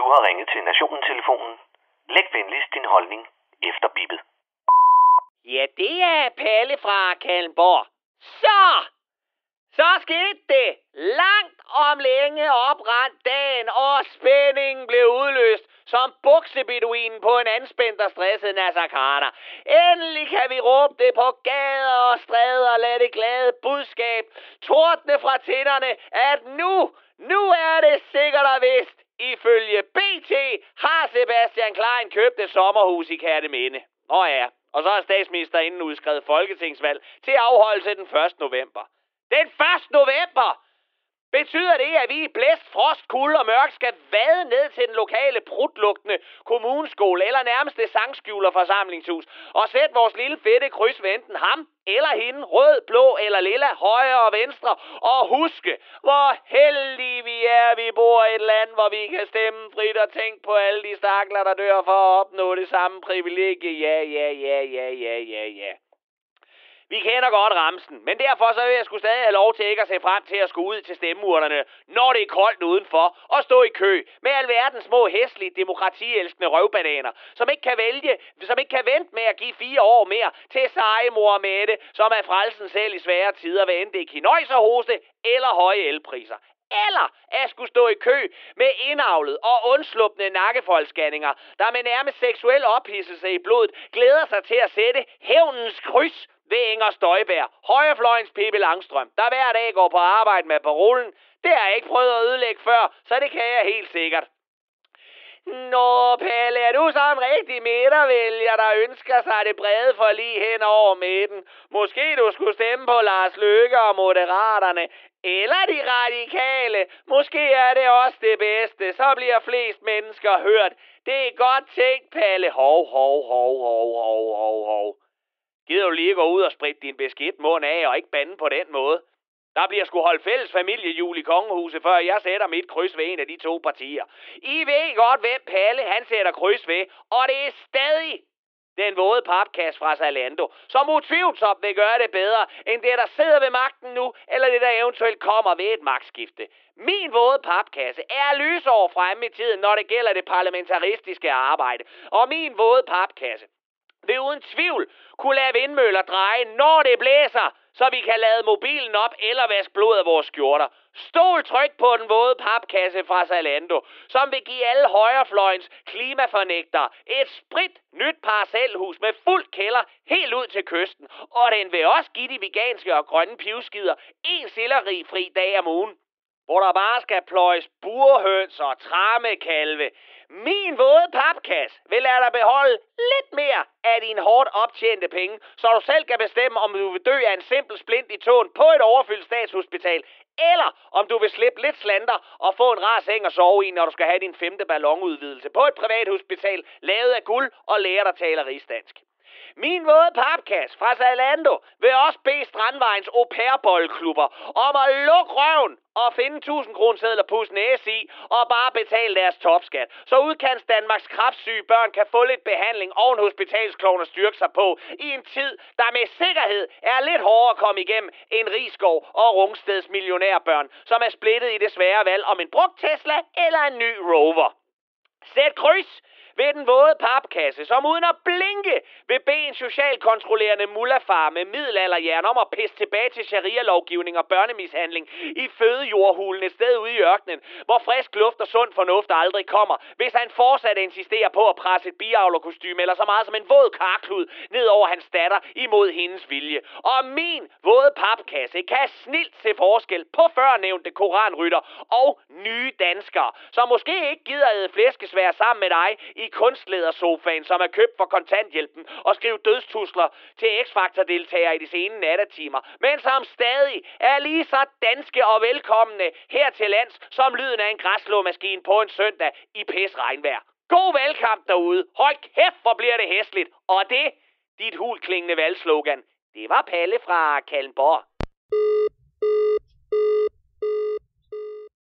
Du har ringet til Nationen-telefonen. Læg venligst din holdning efter bippet. Ja, det er Palle fra Kalmborg. Så skete det. Langt om længe oprandt dagen, og spændingen blev udløst som buksebeduinen på en anspændt og stresset Nasser Khader. Endelig kan vi råbe det på gader og stræder og lade det glade budskab tordne fra tinderne, at nu er det sikkert og vist. Ifølge BT har Sebastian Klein købt et sommerhus i Kerteminde. Og så har statsministerinden udskrevet folketingsvalg til afholdelse den 1. november. Den 1. november! Betyder det, at vi i blæst, frost, kulde og mørk skal vade ned til den lokale prutlugtende kommuneskole eller nærmeste sangskjul og forsamlingshus og sætte vores lille fedte kryds ved enten ham eller hende, rød, blå eller lilla, højre og venstre, og huske, hvor heldige vi er, vi bor i et land, hvor vi kan stemme frit og tænke på alle de stakler, der dør for at opnå det samme privilegie. Ja. Vi kender godt ramsen, men derfor så vil jeg sgu stadig have lov til ikke at se frem til at skulle ud til stemmeurnerne, når det er koldt udenfor, og stå i kø med alverdens små hæslige demokratielskende røvbananer, som ikke kan vente med at give 4 år mere til seje mor Mette, som er frelsen selv i svære tider, hvad end det er kinøjs og hoste eller høje elpriser. Eller at skulle stå i kø med indavlet og undslupne nakkefoldsscanninger, der med nærmest seksuel ophidselse i blodet glæder sig til at sætte hævnens kryds ved Inger Støjberg, højrefløjens Pippi Langstrøm, der hver dag går på arbejde med parolen. Det har jeg ikke prøvet at ødelægge før, så det kan jeg helt sikkert. Nå, Palle, er du så en rigtig midtervælger, der ønsker sig det brede forlig hen over midten? Måske du skulle stemme på Lars Løkke og Moderaterne, eller de radikale. Måske er det også det bedste, så bliver flest mennesker hørt. Det er godt tænkt, Palle. Hov. Gider du lige gå ud og spritte din beskidt mund af og ikke bande på den måde? Der bliver sgu holdt fælles familiejul i kongehuset, før jeg sætter mit kryds ved en af de 2 partier. I ved godt, hvem Palle han sætter kryds ved, og det er stadig den våde papkasse fra Zalando, som utvivlsomt vil gøre det bedre, end det, der sidder ved magten nu, eller det, der eventuelt kommer ved et magtskifte. Min våde papkasse er lysår fremme i tiden, når det gælder det parlamentaristiske arbejde. Og min våde papkasse vil uden tvivl kunne lade vindmøller dreje, når det blæser, så vi kan lade mobilen op eller vaske blod af vores skjorter. Stol tryk på den våde papkasse fra Zalando, som vil give alle højrefløjens klimafornægtere et sprit nyt parcelhus med fuld kælder helt ud til kysten. Og den vil også give de veganske og grønne pivskider en sellerifri dag om ugen, hvor der bare skal pløjes burhøns og trammekalve. Min våde papkasse vil lade dig beholde lidt mere af dine hårdt optjente penge, så du selv kan bestemme, om du vil dø af en simpel splint i tåen på et overfyldt statshospital, eller om du vil slippe lidt slanter og få en rar seng at sove i, når du skal have din 5. ballonudvidelse på et privathospital lavet af guld og lærer dig taler rigsdansk. Min våde papkasse fra Zalando vil også bede Strandvejens au pair-boldklubber om at lukke røven og finde 1000 kronesedler pus næse i og bare betale deres topskat, så udkants Danmarks kræftsyge børn kan få lidt behandling og en hospitalsklovn at styrke sig på i en tid, der med sikkerhed er lidt hårdere at komme igennem end Risskov og Rungsteds millionærbørn, som er splittet i det svære valg om en brugt Tesla eller en ny Rover. Sæt kryds ved den våde papkasse, som uden at blinke vil bede en socialkontrollerende mullafar med middelalderhjern om at pisse tilbage til sharia-lovgivning og børnemishandling i fødejordhulen et sted ude i ørkenen, hvor frisk luft og sund fornuft aldrig kommer, hvis han fortsat insisterer på at presse et biavlerkostyme eller så meget som en våd karklud ned over hans datter imod hendes vilje. Og min våde papkasse kan snilt se forskel på førnævnte koranrytter og nye danskere, som måske ikke gider æde flæskesvær sammen med dig i kunstledersofaen, som er købt for kontanthjælpen og skrive dødstrusler til X-Factor-deltagere i de sene nattetimer, men som stadig er lige så danske og velkomne her til lands, som lyden af en græsslåmaskine på en søndag i pisregnvejr. God valgkamp derude. Hold kæft, hvor bliver det hæsligt. Og det, dit hulklingende valgslogan, det var Palle fra Kalmborg.